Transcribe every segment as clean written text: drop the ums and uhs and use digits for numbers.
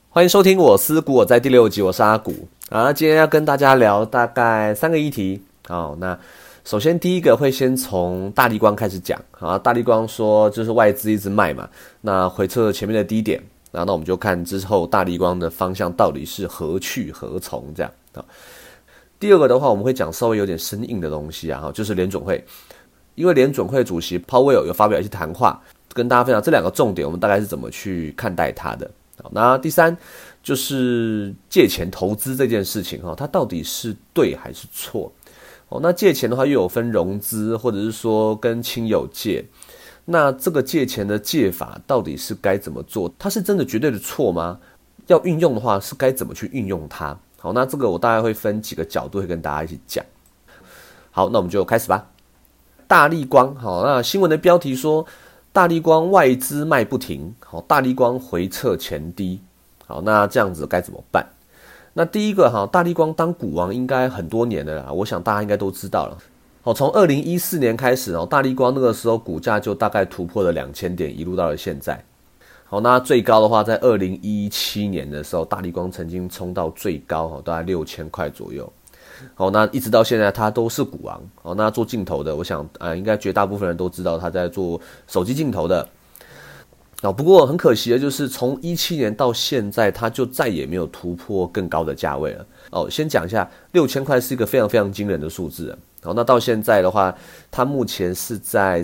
欢迎收听我思古我在第6集，我是阿古啊。今天要跟大家聊大概3个议题。好，那首先第一个会先从大立光开始讲啊。大立光说就是外资一直卖嘛，那回撤前面的低点，那我们就看之后大立光的方向到底是何去何从这样啊。第二个的话，我们会讲稍微有点生硬的东西啊，就是联准会，因为联准会主席鲍威尔有发表一些谈话，跟大家分享这2个重点，我们大概是怎么去看待它的。好，那第三就是借钱投资这件事情，它到底是对还是错？那借钱的话又有分融资，或者是说跟亲友借，那这个借钱的借法到底是该怎么做？它是真的绝对的错吗？要运用的话是该怎么去运用它？好，那这个我大概会分几个角度会跟大家一起讲。好，那我们就开始吧。大立光，好，那新闻的标题说大立光外资卖不停，好，大立光回撤前低，好，那这样子该怎么办？那第一个哈，大立光当股王应该很多年了啦，我想大家应该都知道了。好，从2014年开始，大立光那个时候股价就大概突破了2000点，一路到了现在。好，那最高的话，在2017年的时候，大立光曾经冲到最高，大概6000块左右。好，那一直到现在它都是股王。好，那做镜头的，我想应该绝大部分人都知道他在做手机镜头的。不过很可惜的就是从17年到现在，它就再也没有突破更高的价位了。先讲一下，6000块是一个非常非常惊人的数字。好，那到现在的话，它目前是在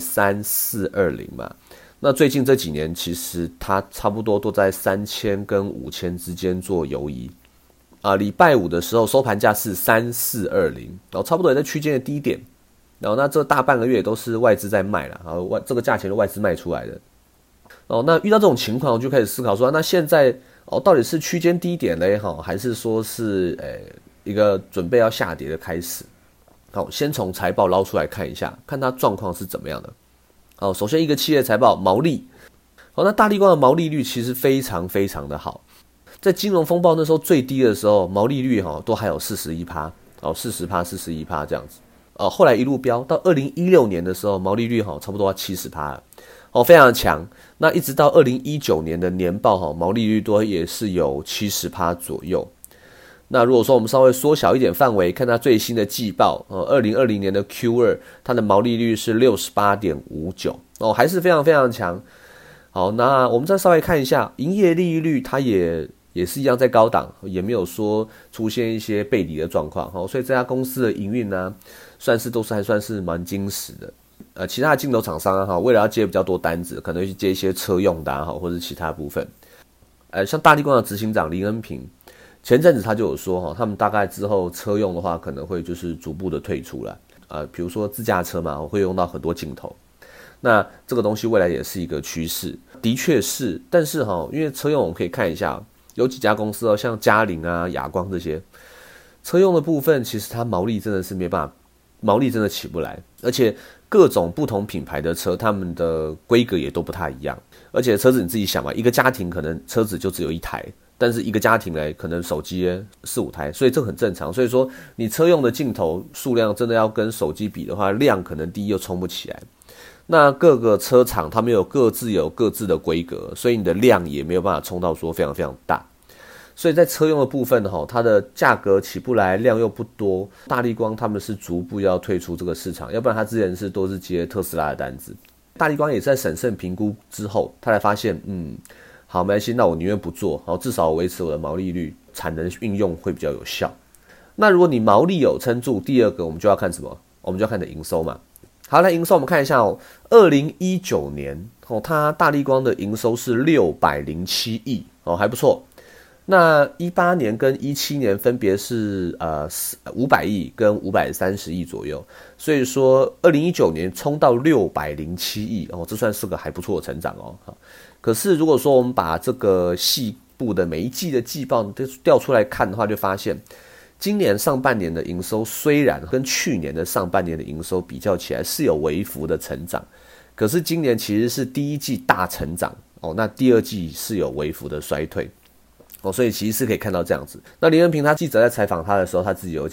3420嘛。那最近这几年其实它差不多都在3000跟5000之间做游移。礼拜五的时候收盘价是3420，然后差不多也在区间的低点，然后那这大半个月都是外资在卖了，然后这个价钱是外资卖出来的。那遇到这种情况，我就开始思考说，那现在到底是区间低点嘞，还是说是一个准备要下跌的开始？好，先从财报捞出来看一下，看它状况是怎么样的。好，首先一个企业财报毛利，好，那大立光的毛利率其实非常非常的好。在金融风暴那时候最低的时候，毛利率都还有 41%， 40%、41% 这样子。后来一路飙到2016年的时候，毛利率差不多要 70% 了，非常强。那一直到2019年的年报毛利率多也是有 70% 左右。那如果说我们稍微缩小一点范围，看它最新的季报，2020年的 Q2， 它的毛利率是 68.59%，还是非常非常强。好，那我们再稍微看一下营业利率，它也是一样在高档，也没有说出现一些背离的状况，所以这家公司的营运呢，还算是蛮精实的。其他的镜头厂商为了要接比较多单子，可能会去接一些车用的或者其他部分。像大立光的执行长林恩平，前阵子他就有说他们大概之后车用的话，可能会就是逐步的退出了。比如说自驾车嘛，会用到很多镜头。那这个东西未来也是一个趋势，的确是。但是因为车用我们可以看一下。有几家公司像嘉陵啊、亚光这些车用的部分，其实它毛利真的是没办法，毛利真的起不来，而且各种不同品牌的车，它们的规格也都不太一样。而且车子你自己想嘛，一个家庭可能车子就只有1台，但是一个家庭可能手机4-5台，所以这很正常。所以说你车用的镜头数量真的要跟手机比的话，量可能第一又冲不起来。那各个车厂他们有各自的规格，所以你的量也没有办法冲到说非常非常大。所以在车用的部分它的价格起不来，量又不多。大立光他们是逐步要退出这个市场，要不然他之前都是接特斯拉的单子。大立光也是在审慎评估之后，他才发现好，没关系，那我宁愿不做，至少我维持我的毛利率，产能运用会比较有效。那如果你毛利有撑住，第二个我们就要看什么？我们就要看你的营收嘛。好，那营收我们看一下2019年它大立光的营收是607亿还不错。那18年跟17年分别是500亿跟530亿左右，所以说2019年冲到607亿这算是个还不错的成长可是如果说我们把这个细部的每一季的季报调出来看的话，就发现今年上半年的营收虽然跟去年的上半年的营收比较起来是有微幅的成长，可是今年其实是第一季大成长那第二季是有微幅的衰退所以其实是可以看到这样子。那林恩平他记者在采访他的时候，他自己有讲，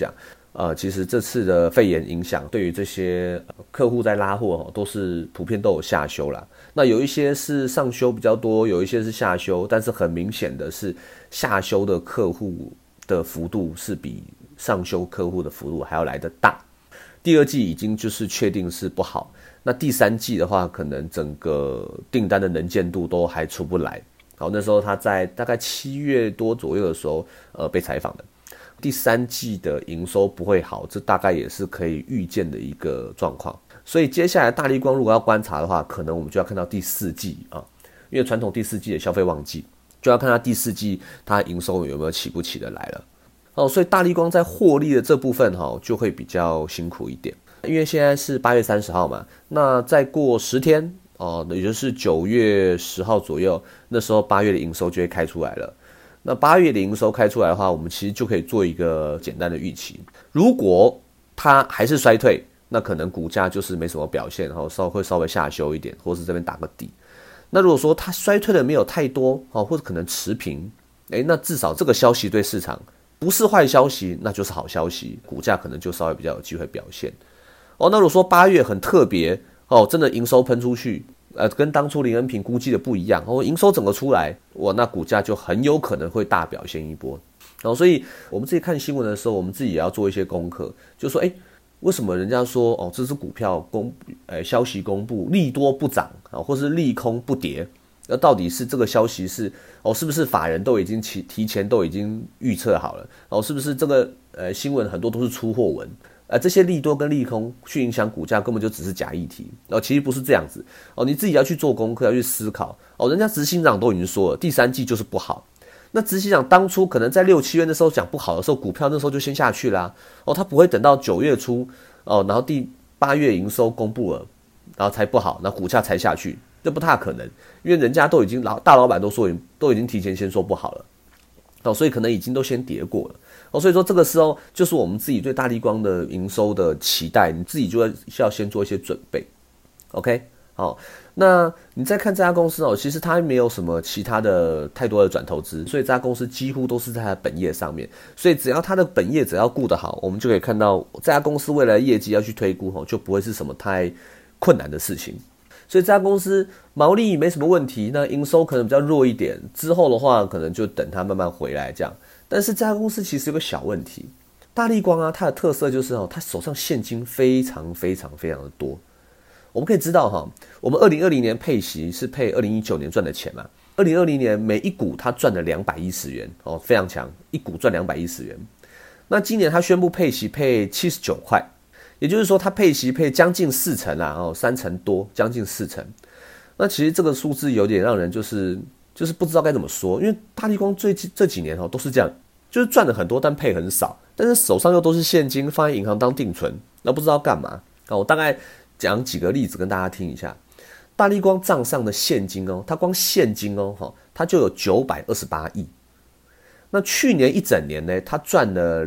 其实这次的肺炎影响，对于这些客户在拉货都是普遍都有下修啦。那有一些是上修比较多，有一些是下修，但是很明显的是下修的客户的幅度是比上修客户的幅度还要来得大。第二季已经就是确定是不好，那第三季的话，可能整个订单的能见度都还出不来。好，那时候他在大概7月多左右的时候，被采访的。第三季的营收不会好，这大概也是可以预见的一个状况。所以接下来大立光如果要观察的话，可能我们就要看到第四季啊，因为传统第四季的消费旺季，就要看它第四季它营收有没有起不起得来了。所以大立光在获利的这部分就会比较辛苦一点，因为现在是8月30号嘛，那再过10天也就是9月10号左右，那时候8月的营收就会开出来了。那8月的营收开出来的话，我们其实就可以做一个简单的预期。如果它还是衰退，那可能股价就是没什么表现，会稍微下修一点，或是这边打个底。那如果说它衰退的没有太多，或者可能持平，那至少这个消息对市场不是坏消息，那就是好消息，股价可能就稍微比较有机会表现。那如果说8月很特别，真的营收喷出去，跟当初林恩平估计的不一样，营收整个出来，那股价就很有可能会大表现一波。所以我们自己看新闻的时候，我们自己也要做一些功课，就说为什么人家说这支股票消息公布利多不涨或是利空不跌，那到底是这个消息是是不是法人都已经提前都已经预测好了，是不是这个新闻很多都是出货文，这些利多跟利空去影响股价根本就只是假议题，其实不是这样子，你自己要去做功课，要去思考，人家执行长都已经说了第三季就是不好，那执行长当初可能在6、7月那时候讲不好的时候，股票那时候就先下去啦，他不会等到9月初然后8月营收公布了，然后才不好，那股价才下去，这不太可能，因为人家都已经大老板都已经提前先说不好了，所以可能已经都先跌过了。所以说这个时候就是我们自己对大立光的营收的期待，你自己就要先做一些准备 OK。 好，那你再看这家公司其实它没有什么其他的太多的转投资，所以这家公司几乎都是在它的本业上面，所以只要它的本业只要顾得好，我们就可以看到这家公司未来的业绩要去推估就不会是什么太困难的事情。所以这家公司毛利没什么问题，那营收可能比较弱一点，之后的话可能就等它慢慢回来这样。但是这家公司其实有个小问题，大立光它的特色就是它手上现金非常非常非常的多。我们可以知道我们2020年配息是配2019年赚的钱嘛，2020年每一股它赚了210元非常强，一股赚210元。那今年它宣布配息配79块，也就是说它配息配将近4成啦，3成多，将近4成。那其实这个数字有点让人就是不知道该怎么说，因为大立光这几年都是这样，就是赚了很多但配很少，但是手上又都是现金放在银行当定存，那不知道干嘛。我大概讲几个例子跟大家听一下。大立光账上的现金它光现金它就有928亿。那去年一整年呢，它赚了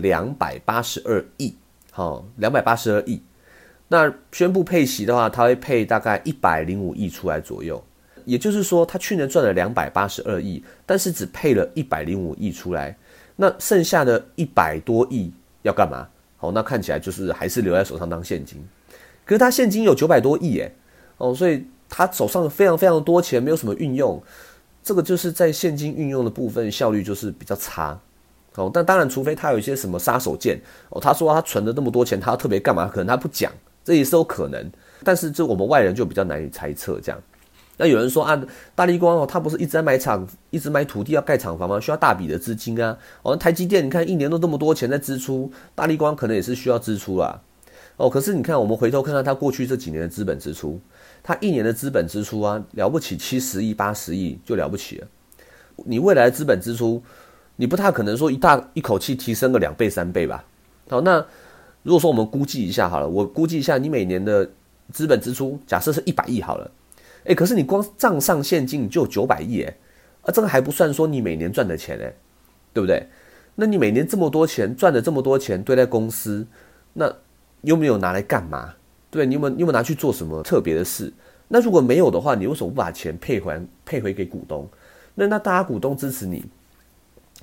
282亿，282亿。那宣布配息的话，它会配大概105亿出来左右。也就是说，它去年赚了282亿，但是只配了105亿出来。那剩下的100多亿要干嘛？那看起来就是还是留在手上当现金。可是它现金有900多亿耶，所以它手上非常非常多钱，没有什么运用。这个就是在现金运用的部分效率就是比较差。但当然除非他有一些什么杀手锏，他说他存了那么多钱，他要特别干嘛？可能他不讲，这也是有可能。但是这我们外人就比较难以猜测这样。那有人说大立光他不是一直在买一直买土地要盖厂房吗？需要大笔的资金啊。台积电你看一年都这么多钱在支出，大立光可能也是需要支出啦。可是你看我们回头看看他过去这几年的资本支出，他一年的资本支出了不起70亿80亿就了不起了。你未来的资本支出，你不太可能说一口气提升个2倍3倍吧。好，那如果说我们估计一下好了，我估计一下你每年的资本支出假设是100亿好了，可是你光账上现金你就有900亿这个还不算说你每年赚的钱对不对？那你每年这么多钱赚了这么多钱堆在公司，那有没有拿来干嘛？对，你有没有拿去做什么特别的事？那如果没有的话，你为什么不把钱配回给股东？那大家股东支持你，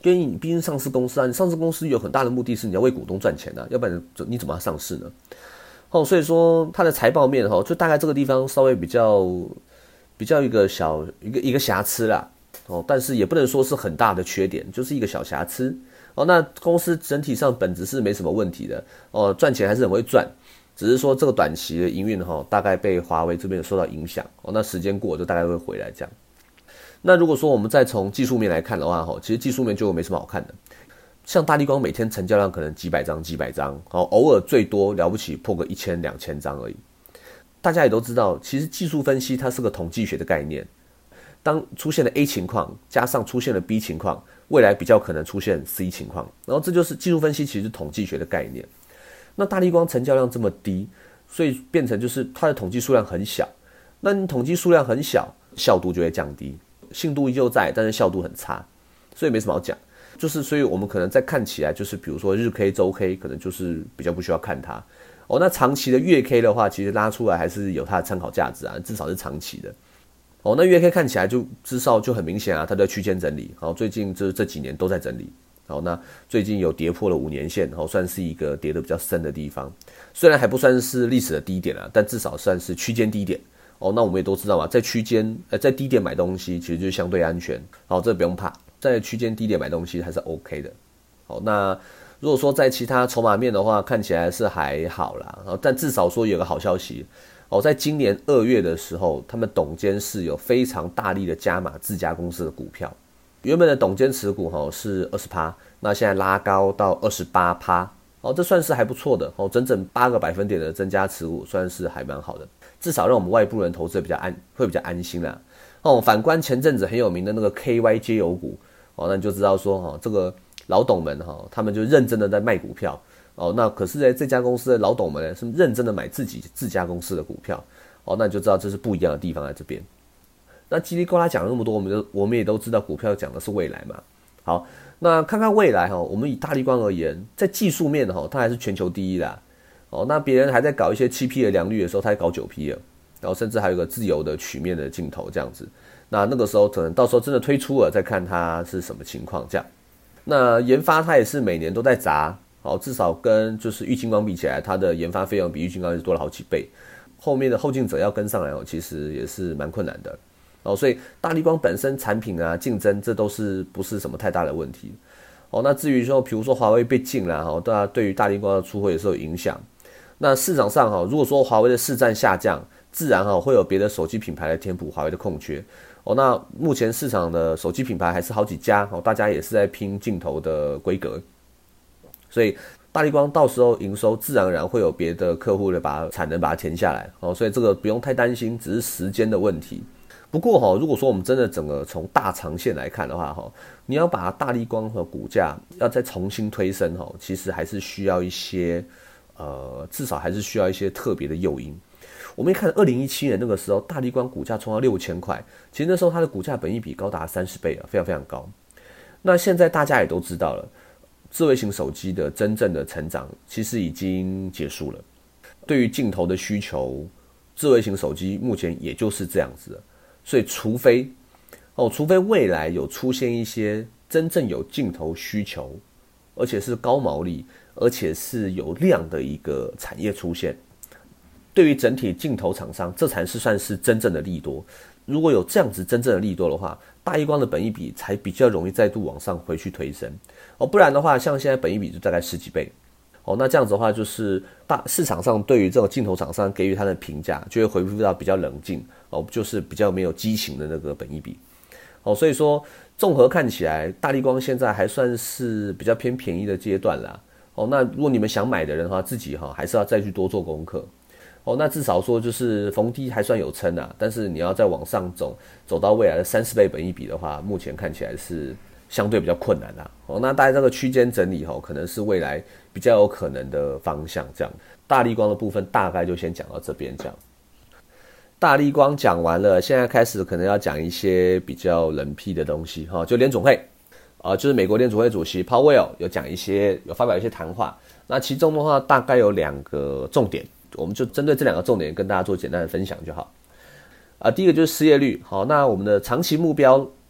因为你毕竟上市公司啊，你上市公司有很大的目的是你要为股东赚钱啊，要不然你怎么上市呢？所以说它的财报面就大概这个地方稍微比较一个一个瑕疵啦，但是也不能说是很大的缺点，就是一个小瑕疵。那公司整体上本质是没什么问题的，赚钱还是很会赚，只是说这个短期的营运大概被华为这边受到影响，那时间过就大概会回来这样。那如果说我们再从技术面来看的话，其实技术面就没什么好看的。像大立光每天成交量可能几百张，偶尔最多了不起破个1000、2000张而已。大家也都知道，其实技术分析它是个统计学的概念。当出现了 A 情况，加上出现了 B 情况，未来比较可能出现 C 情况。然后这就是技术分析，其实是统计学的概念。那大立光成交量这么低，所以变成就是它的统计数量很小。那你统计数量很小，效度就会降低，信度依旧在，但是效度很差，所以没什么好讲。就是所以我们可能在看起来，就是比如说日 K、周 K， 可能就是比较不需要看它。那长期的月 K 的话，其实拉出来还是有它的参考价值啊，至少是长期的。那月 K 看起来就至少就很明显啊，它在区间整理。最近这几年都在整理。那最近有跌破了5年线，算是一个跌得比较深的地方。虽然还不算是历史的低点啊，但至少算是区间低点。那我们也都知道嘛，在区间在低点买东西其实就是相对安全。这不用怕，在区间低点买东西还是 OK 的。那如果说在其他筹码面的话，看起来是还好啦。但至少说有个好消息。在今年2月的时候，他们董监事有非常大力的加码自家公司的股票。原本的董监持股是 20%， 那现在拉高到 28%。这算是还不错的。整整8个百分点的增加持股，算是还蛮好的。至少让我们外部人投资会比较安心啦。反观前阵子很有名的那个 KY 街友股，那你就知道说这个老董们他们就认真的在卖股票。那可是这家公司的老董们呢，是认真的买自家公司的股票。那你就知道这是不一样的地方在这边。那叽里呱啦讲了那么多，我们也都知道股票讲的是未来嘛。好，那看看未来我们以大立光而言，在技术面它还是全球第一啦。那别人还在搞一些7P 的良率的时候，他还搞9P 了，然后甚至还有一个自由的曲面的镜头这样子。那个时候可能到时候真的推出了，再看它是什么情况这样。那研发它也是每年都在砸。至少跟就是玉金光比起来，它的研发费用比玉金光是多了好几倍。后面的后进者要跟上来其实也是蛮困难的。所以大立光本身产品啊竞争，这都是不是什么太大的问题。那至于说比如说华为被禁啦，对于大立光的出货也是有影响。那市场上如果说华为的市占下降，自然会有别的手机品牌来填补华为的空缺。那目前市场的手机品牌还是好几家，大家也是在拼镜头的规格。所以大立光到时候营收自然而然会有别的客户的把产能把它填下来。所以这个不用太担心，只是时间的问题。不过如果说我们真的整个从大长线来看的话，你要把大立光和股价要再重新推升，其实还是需要一些至少还是需要一些特别的诱因。我们一看2017年那个时候，大立光股价冲到6000块，其实那时候它的股价本益比高达30倍非常非常高。那现在大家也都知道了，智慧型手机的真正的成长其实已经结束了。对于镜头的需求，智慧型手机目前也就是这样子了。所以除非未来有出现一些真正有镜头需求，而且是高毛利，而且是有量的一个产业出现，对于整体镜头厂商，这才是算是真正的利多。如果有这样子真正的利多的话，大立光的本益比才比较容易再度往上回去推升。不然的话，像现在本益比就大概10几倍。那这样子的话，就是市场上对于这种镜头厂商给予它的评价就会回复到比较冷静，就是比较没有激情的那个本益比。所以说综合看起来，大立光现在还算是比较偏便宜的阶段啦。那如果你们想买的人的话，自己还是要再去多做功课。那至少说就是逢低还算有撑啊，但是你要再往上走到未来的30倍本益比的话，目前看起来是相对比较困难啦。那大概这个区间整理可能是未来比较有可能的方向。这样，大立光的部分大概就先讲到这边。这样，大立光讲完了，现在开始可能要讲一些比较冷僻的东西就联准会就是美国联准会主席 Powell 有发表一些谈话。那其中的话大概有2个重点，我们就针对这2个重点跟大家做简单的分享就好。第一个就是失业率。那我们的长期目标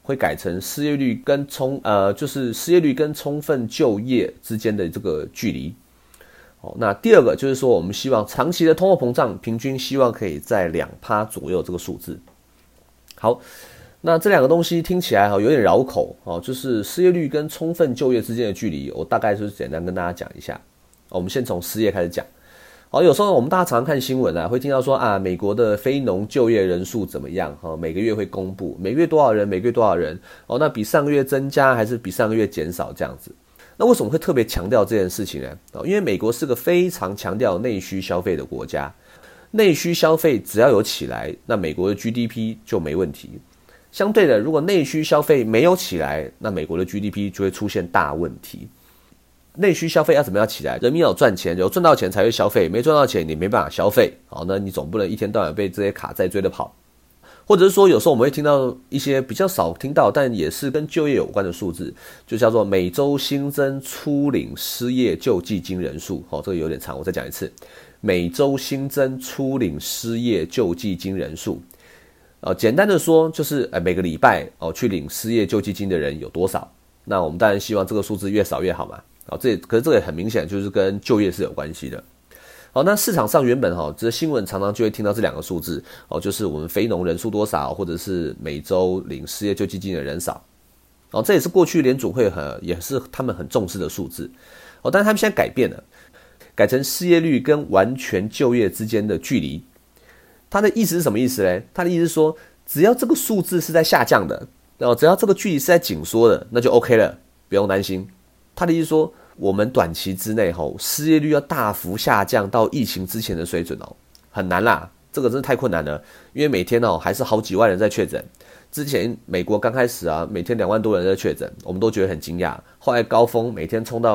会改成失业率跟就是失业率跟充分就业之间的这个距离。那第二个就是说，我们希望长期的通货膨胀平均希望可以在 2% 左右这个数字。好，那这两个东西听起来有点绕口，就是失业率跟充分就业之间的距离，我大概就是简单跟大家讲一下。我们先从失业开始讲。有时候我们大家常常看新闻会听到说美国的非农就业人数怎么样，每个月会公布每个月多少人，每个月多少人，那比上个月增加还是比上个月减少这样子。那为什么会特别强调这件事情呢？因为美国是个非常强调内需消费的国家，内需消费只要有起来，那美国的 GDP 就没问题。相对的，如果内需消费没有起来，那美国的 GDP 就会出现大问题。内需消费要怎么样起来？人民要有赚钱，有赚到钱才会消费，没赚到钱你没办法消费。那你总不能一天到晚被这些卡债追着跑。或者是说有时候我们会听到一些比较少听到但也是跟就业有关的数字，就叫做每周新增初领失业救济金人数。这个有点长，我再讲一次，每周新增初领失业救济金人数。简单的说就是每个礼拜去领失业救济金的人有多少。那我们当然希望这个数字越少越好嘛。可是这个很明显就是跟就业是有关系的。那市场上原本这新闻常常就会听到这两个数字，就是我们非农人数多少，或者是每周领失业救济金的人少。这也是过去联准会也是他们很重视的数字。但是他们现在改变了，改成失业率跟完全就业之间的距离。他的意思是什么意思呢？他的意思是说，只要这个数字是在下降的，只要这个距离是在紧缩的，那就 OK 了，不用担心。他的意思说，我们短期之内失业率要大幅下降到疫情之前的水准很难啦，这个真的太困难了。因为每天还是好几万人在确诊。之前美国刚开始每天2万多人在确诊，我们都觉得很惊讶。后来高峰每天冲到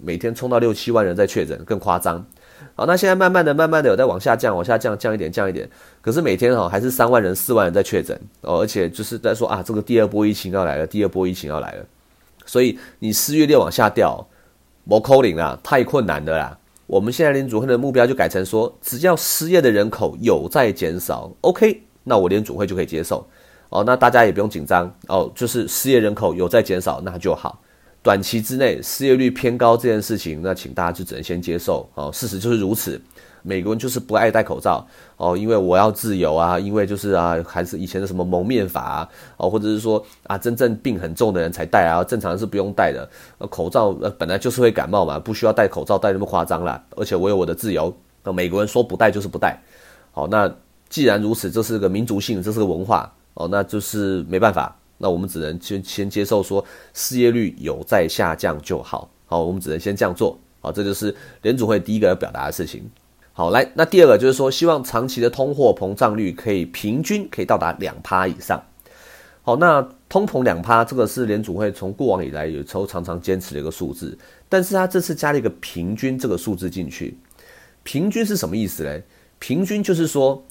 6、7万人在确诊，更夸张。那现在慢慢的有在往下降，降一点。可是每天还是3万人、4万人在确诊，而且就是在说这个第二波疫情要来了。所以你失业率往下掉，没可能啦，太困难了啦。我们现在联准会的目标就改成说，只要失业的人口有在减少 ，OK， 那我联准会就可以接受。那大家也不用紧张就是失业人口有在减少，那就好。短期之内失业率偏高这件事情，那请大家就只能先接受。事实就是如此。美国人就是不爱戴口罩因为我要自由因为就是还是以前的什么蒙面法或者是说真正病很重的人才戴正常人是不用戴的。口罩本来就是会感冒嘛，不需要戴口罩戴那么夸张啦。而且我有我的自由，美国人说不戴就是不戴。那既然如此，这是个民族性，这是个文化那就是没办法。那我们只能先接受说失业率有在下降就好。我们只能先这样做。这就是联准会第一个要表达的事情。好，来，那第二个就是说，希望长期的通货膨胀率平均可以到达 2% 以上。那通膨 2% 这个是联准会从过往以来有时候常常坚持的一个数字，但是他这次加了一个平均这个数字进去。平均是什么意思呢？平均就是说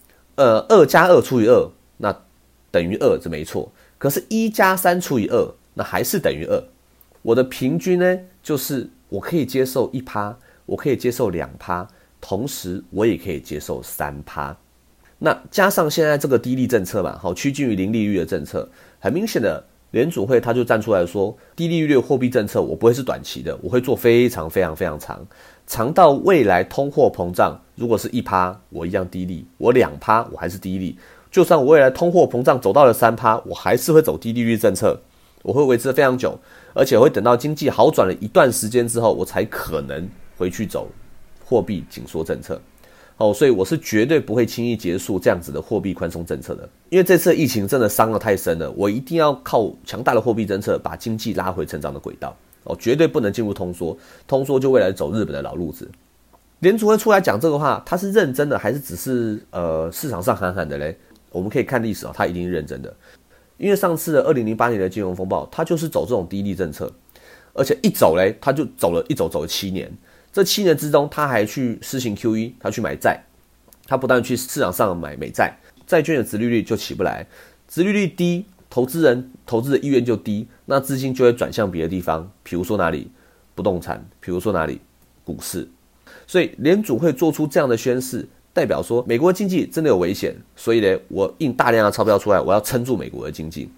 2加2除以2，那等于2，这没错。可是1加3除以2，那还是等于2。我的平均呢，就是我可以接受 1%， 我可以接受 2%， 同时我也可以接受 3%。那加上现在这个低利政策嘛，趋近于零利率的政策，很明显的联准会他就站出来说，低利率的货币政策我不会是短期的，我会做非常非常非常长到未来通货膨胀如果是 1%， 我一样低利，我 2% 我还是低利，就算我未来通货膨胀走到了 3%， 我还是会走低利率政策，我会维持非常久，而且我会等到经济好转了一段时间之后，我才可能回去走货币紧缩政策。所以我是绝对不会轻易结束这样子的货币宽松政策的，因为这次的疫情真的伤得太深了，我一定要靠强大的货币政策把经济拉回成长的轨道，绝对不能进入通缩，通缩就未来走日本的老路子。联储会出来讲这个话，他是认真的还是只是市场上喊喊的嘞？我们可以看历史他一定是认真的，因为上次的2008年的金融风暴，他就是走这种低利政策，而且一走嘞，他就走了7年。这7年之中，他还去施行 QE， 他去买债，他不但去市场上买美债，债券的殖利率就起不来，殖利率低，投资人投资的意愿就低，那资金就会转向别的地方，比如说哪里不动产，比如说哪里股市。所以联准会做出这样的宣示，代表说美国经济真的有危险，所以呢，我印大量的钞票出来，我要撑住美国的经济。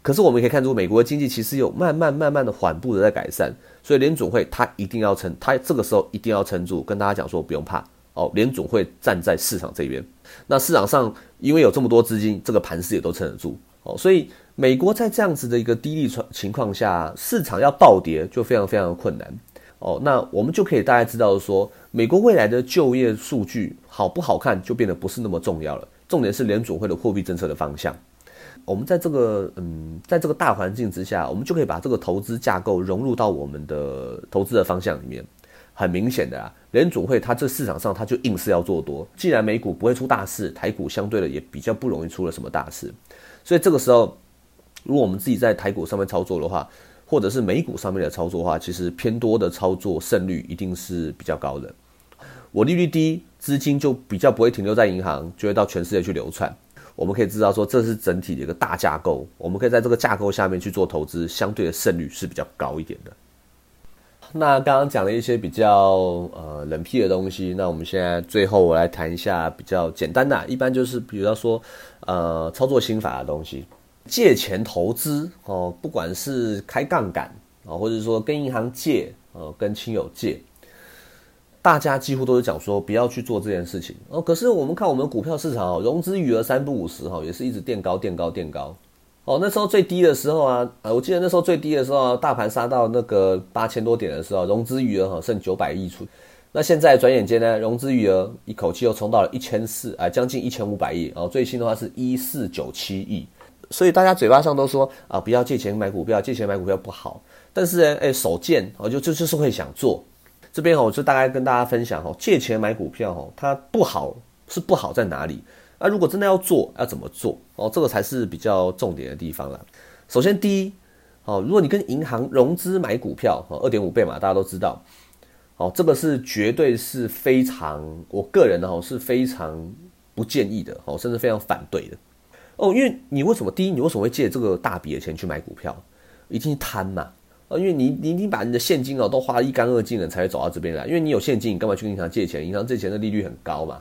可是我们可以看出，美国的经济其实有慢慢的缓步的在改善，所以联准会它一定要撑，它这个时候一定要撑住，跟大家讲说不用怕哦，联准会站在市场这边。那市场上因为有这么多资金，这个盘势也都撑得住哦，所以美国在这样子的一个低利情况下，市场要暴跌就非常的困难哦。那我们就可以大概知道说，美国未来的就业数据好不好看就变得不是那么重要了，重点是联准会的货币政策的方向。我们在这个大环境之下，我们就可以把这个投资架构融入到我们的投资的方向里面。很明显的啦，联准会它这市场上它就硬是要做多，既然美股不会出大事，台股相对的也比较不容易出了什么大事，所以这个时候如果我们自己在台股上面操作的话，或者是美股上面的操作的话，其实偏多的操作胜率一定是比较高的。我利率低，资金就比较不会停留在银行，就会到全世界去流窜。我们可以知道说，这是整体的一个大架构，我们可以在这个架构下面去做投资，相对的胜率是比较高一点的。那刚刚讲了一些比较冷僻的东西，那我们现在最后我来谈一下比较简单的，一般就是比如说操作心法的东西。借钱投资哦，不管是开杠杆或者说跟银行借跟亲友借，大家几乎都是讲说不要去做这件事情哦。可是我们看我们股票市场融资余额3不50也是一直垫高哦。那时候最低的时候啊，我记得那时候最低的时候大盘杀到那个8000多点的时候，融资余额剩900亿出。那现在转眼间呢，融资余额一口气又冲到了1400将近1500亿最新的话是1497亿。所以大家嘴巴上都说不要借钱买股票，借钱买股票不好。但是呢，手贱就是会想做。这边我就大概跟大家分享借钱买股票它不好是不好在哪里？如果真的要做，要怎么做这个才是比较重点的地方啦。首先第一如果你跟银行融资买股票2.5倍嘛，大家都知道这个是绝对是非常，我个人是非常不建议的甚至非常反对的因为你为什么第一，你为什么会借这个大笔的钱去买股票？一定是贪嘛因为你已经把你的现金都花得一干二净了，才会走到这边来。因为你有现金，你干嘛去跟银行借钱？银行借钱的利率很高嘛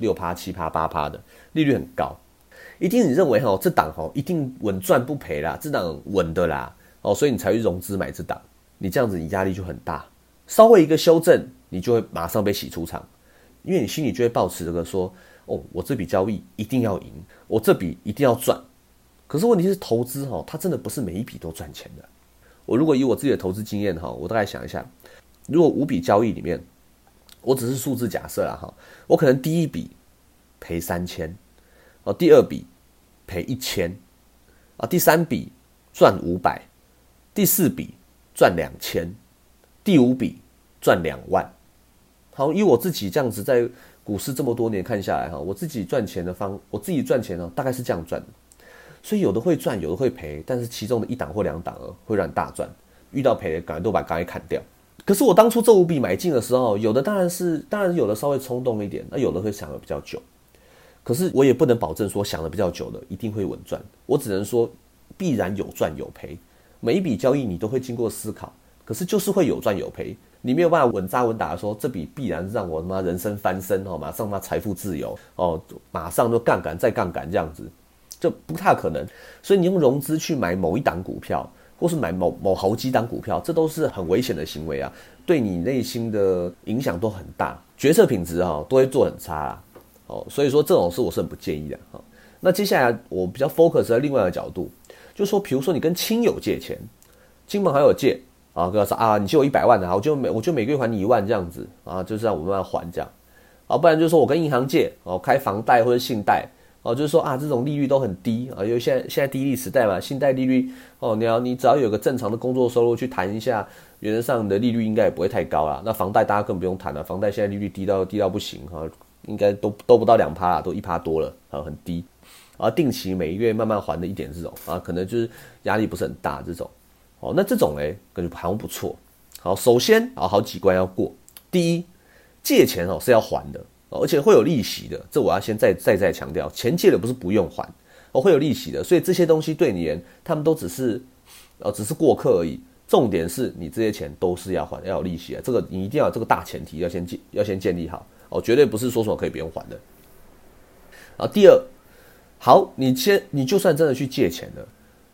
，6%、7%、8%的利率很高，一定你认为这档一定稳赚不赔啦，这档稳的啦所以你才会融资买这档。你这样子你压力就很大，稍微一个修正，你就会马上被洗出场，因为你心里就会抱持这个说我这笔交易一定要赢，我这笔一定要赚。可是问题是投资它真的不是每一笔都赚钱的。我如果以我自己的投资经验我大概想一下，如果5笔交易里面，我只是数字假设啦我可能第一笔赔3000第二笔赔1000第三笔赚500，第四笔赚2000，第五笔赚2万。好，以我自己这样子在股市这么多年看下来我自己赚钱大概是这样赚的。所以有的会赚，有的会赔，但是其中的1档或2档会让你大赚，遇到赔的赶快都把刚才砍掉。可是我当初这5笔买进的时候，有的当然有的稍微冲动一点，那有的会想的比较久。可是我也不能保证说想的比较久的一定会稳赚，我只能说必然有赚有赔。每一笔交易你都会经过思考，可是就是会有赚有赔，你没有办法稳扎稳打的说这笔必然让我人生翻身马上财富自由马上就杠杆再杠杆这样子。这不太可能，所以你用融资去买某一档股票，或是买某好几档股票，这都是很危险的行为啊，对你内心的影响都很大，决策品质都会做很差所以说这种事我是很不建议的那接下来我比较 focus 在另外一个角度，就是说，比如说你跟亲友借钱，亲朋好友借跟他说你借我100万的我就每个月还你1万这样子就是让我慢慢还这样不然就是说我跟银行借开房贷或者信贷。就是说这种利率都很低因为现在低利时代嘛，信贷利率你只要有个正常的工作收入去谈一下，原则上的利率应该也不会太高啦。那房贷大家更不用谈了，房贷现在利率低到不行应该都不到2%啦，都1%多了很低。定期每月慢慢还的一点这种可能就是压力不是很大这种那这种感觉好像不错。好，首先好几关要过。第一，借钱是要还的。而且会有利息的，这我要先再强调，钱借了不是不用还会有利息的，所以这些东西对你而言，他们都只是过客而已。重点是你这些钱都是要还，要有利息的，这个你一定要有这个大前提要先建立好绝对不是说什么可以不用还的。第二，好，你就算真的去借钱了，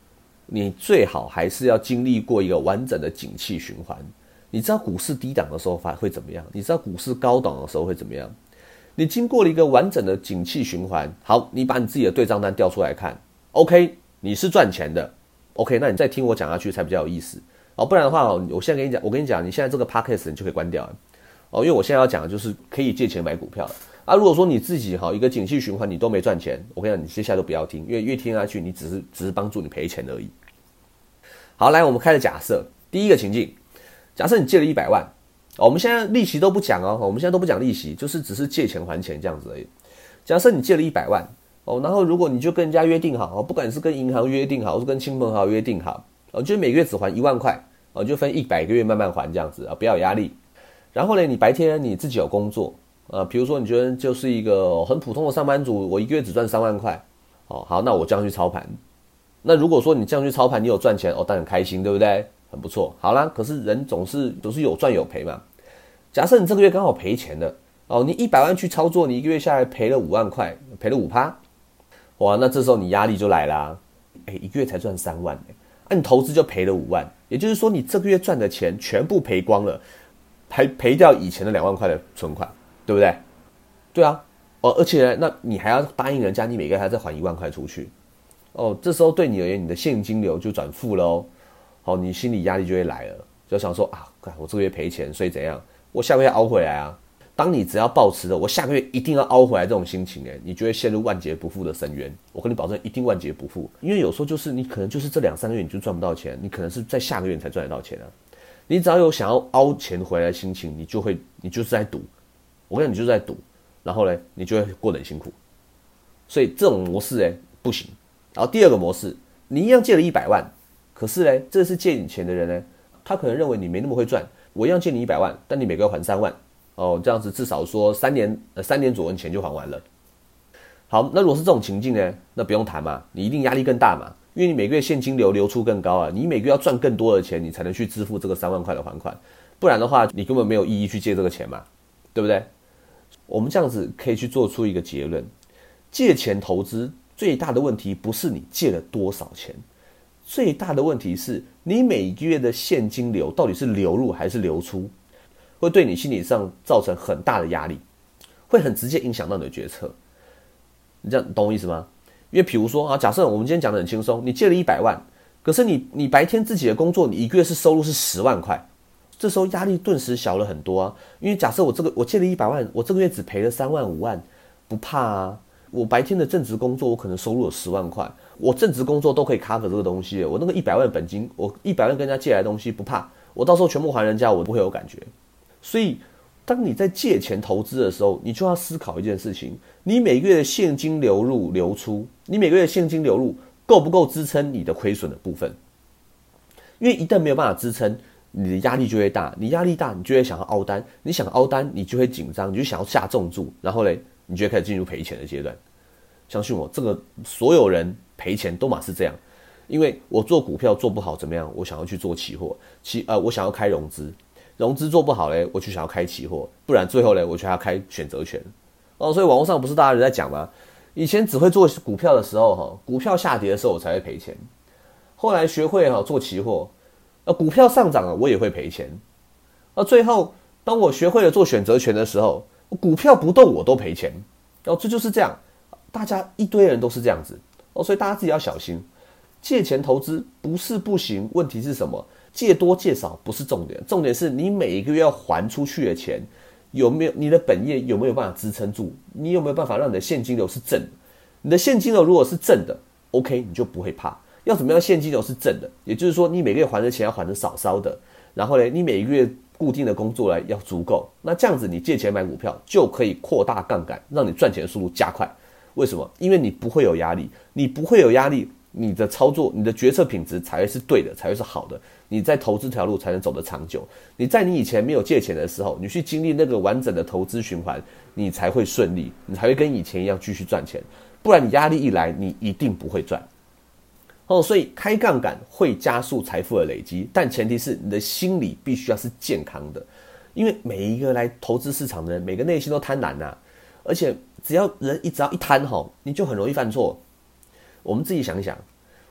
你最好还是要经历过一个完整的景气循环。你知道股市低档的时候会怎么样？你知道股市高档的时候会怎么样？你经过了一个完整的景气循环，好，你把你自己的对账单调出来看 ，OK， 你是赚钱的 ，OK， 那你再听我讲下去才比较有意思哦，不然的话，我现在跟你讲，你现在这个 podcast 你就可以关掉了哦，因为我现在要讲的就是可以借钱买股票啊。如果说你自己一个景气循环你都没赚钱，我跟你讲，你接下来都不要听，因为越听下去，你只是帮助你赔钱而已。好，来，我们开始假设第一个情境，假设你借了100万。我们现在利息都不讲哦，我们现在都不讲利息，就是只是借钱还钱这样子而已。假设你借了100万哦，然后如果你就跟人家约定好，不管是跟银行约定好，或是跟亲朋好友约定好，就每个月只还1万块，就分100个月慢慢还这样子不要有压力。然后呢，你白天你自己有工作比如说你觉得就是一个很普通的上班族，我一个月只赚3万块好，那我这样去操盘。那如果说你这样去操盘，你有赚钱当然很开心，对不对？很不错。好啦，可是人总是有赚有赔嘛。假设你这个月刚好赔钱了你100万去操作，你一个月下来赔了5万块，赔了 5%， 哇，那这时候你压力就来啦。一个月才赚3万你投资就赔了5万，也就是说你这个月赚的钱全部赔光了，还赔掉以前的2万块的存款，对不对？对啊，而且呢，那你还要答应人家，你每个月还要再还1万块出去这时候对你而言，你的现金流就转负了你心理压力就会来了，就想说我这个月赔钱，所以怎样？我下个月熬回来啊！当你只要抱持的我下个月一定要熬回来这种心情你就会陷入万劫不复的深渊。我跟你保证，一定万劫不复。因为有时候就是你可能就是这2-3个月你就赚不到钱，你可能是在下个月你才赚得到钱你只要有想要熬钱回来的心情，你就是在赌。我跟你讲，你就是在赌，然后呢，你就会过得很辛苦。所以这种模式不行。然后第二个模式，你一样借了100万，可是呢，这是借你钱的人呢，他可能认为你没那么会赚。我一样借你100万，但你每个月还3万这样子至少说3年左右你钱就还完了。好，那如果是这种情境呢，那不用谈嘛，你一定压力更大嘛，因为你每个月现金流流出更高你每个月要赚更多的钱，你才能去支付这个3万块的还款，不然的话你根本没有意义去借这个钱嘛，对不对？我们这样子可以去做出一个结论，借钱投资最大的问题不是你借了多少钱，最大的问题是你每个月的现金流到底是流入还是流出，会对你心理上造成很大的压力，会很直接影响到你的决策。你这样懂我意思吗？因为比如说假设我们今天讲的很轻松，你借了100万，可是你白天自己的工作，你一个月是收入是10万块，这时候压力顿时小了很多因为假设我借了100万，我这个月只赔了3万5万，不怕我白天的正职工作我可能收入有10万块，我正职工作都可以 cover 这个东西，我那个100万的本金，我100万跟人家借来的东西不怕，我到时候全部还人家，我不会有感觉。所以当你在借钱投资的时候，你就要思考一件事情，你每个月的现金流入流出，你每个月的现金流入够不够支撑你的亏损的部分？因为一旦没有办法支撑，你的压力就会大，你压力大，你就会想要凹单，你想凹单，你就会紧张，你就想要下重注，然后嘞，你就会开始进入赔钱的阶段。相信我，这个所有人赔钱都嘛是这样，因为我做股票做不好怎么样？我想要去做期货，我想要开融资，融资做不好嘞，我就想要开期货，不然最后嘞，我就要开选择权。所以网络上不是大家人在讲吗？以前只会做股票的时候股票下跌的时候我才会赔钱，后来学会做期货，股票上涨了我也会赔钱，最后当我学会了做选择权的时候，股票不动我都赔钱，这就是这样，大家一堆人都是这样子所以大家自己要小心。借钱投资不是不行，问题是什么？借多借少不是重点，重点是你每一个月要还出去的钱有没有，你的本业有没有办法支撑住，你有没有办法让你的现金流是正的。你的现金流如果是正的 OK 你就不会怕。要怎么样现金流是正的，也就是说你每个月还的钱要还的少少的，然后呢你每个月固定的工作来要足够，那这样子你借钱买股票就可以扩大杠杆，让你赚钱的速度加快。为什么？因为你不会有压力，你不会有压力，你的操作你的决策品质才会是对的，才会是好的，你在投资条路才能走得长久。你在你以前没有借钱的时候，你去经历那个完整的投资循环，你才会顺利，你才会跟以前一样继续赚钱，不然你压力一来你一定不会赚所以开杠杆会加速财富的累积，但前提是你的心理必须要是健康的。因为每一个来投资市场的人，每个内心都贪婪而且只要一贪你就很容易犯错。我们自己想一想，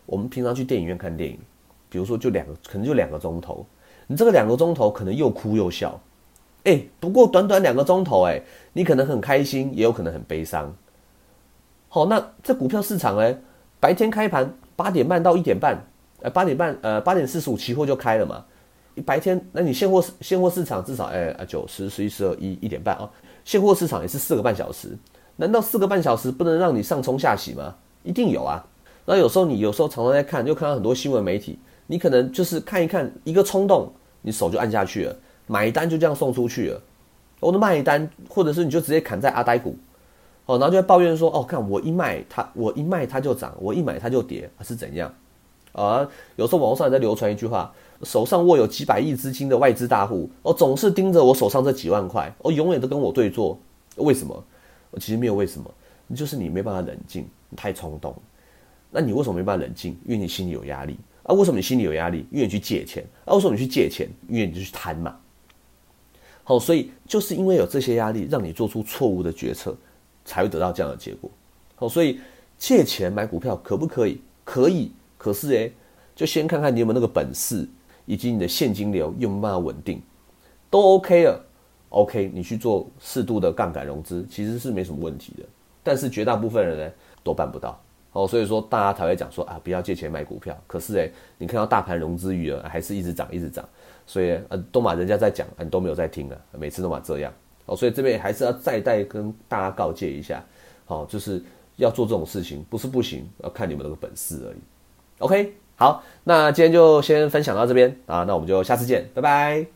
我们平常去电影院看电影，比如说可能就2个钟头，你这个2个钟头可能又哭又笑，不过短短2个钟头，你可能很开心，也有可能很悲伤。好，那这股票市场白天开盘8点半到1点半，8点45期货就开了嘛。白天，那你现货市场至少9、10、11、12、1点半啊，现货市场也是4个半小时。难道4个半小时不能让你上冲下洗吗？一定有啊。那有时候常常在看，就看到很多新闻媒体，你可能就是看一看，一个冲动，你手就按下去了，买单就这样送出去了。我的卖单，或者是你就直接砍在阿呆股，然后就会抱怨说，看我一卖它就涨，我一买它就跌，是怎样？有时候网络上也在流传一句话，手上握有几百亿资金的外资大户，总是盯着我手上这几万块，永远都跟我对坐，为什么？其实没有为什么，就是你没办法冷静，你太冲动。那你为什么没办法冷静？因为你心里有压力啊。为什么你心里有压力？因为你去借钱啊。为什么你去借钱？因为你就去贪嘛。好，所以就是因为有这些压力，让你做出错误的决策，才会得到这样的结果。好，所以借钱买股票可不可以？可以，可是就先看看你有没有那个本事，以及你的现金流有没有办法稳定，都 OK 了。OK， 你去做适度的杠杆融资，其实是没什么问题的。但是绝大部分人呢都办不到。所以说大家才会讲说不要借钱买股票。可是你看到大盘融资余额还是一直涨一直涨，所以都嘛人家在讲，你都没有在听每次都嘛这样。所以这边还是要再跟大家告诫一下，就是要做这种事情不是不行，要看你们那个本事而已。OK， 好，那今天就先分享到这边啊，那我们就下次见，拜拜。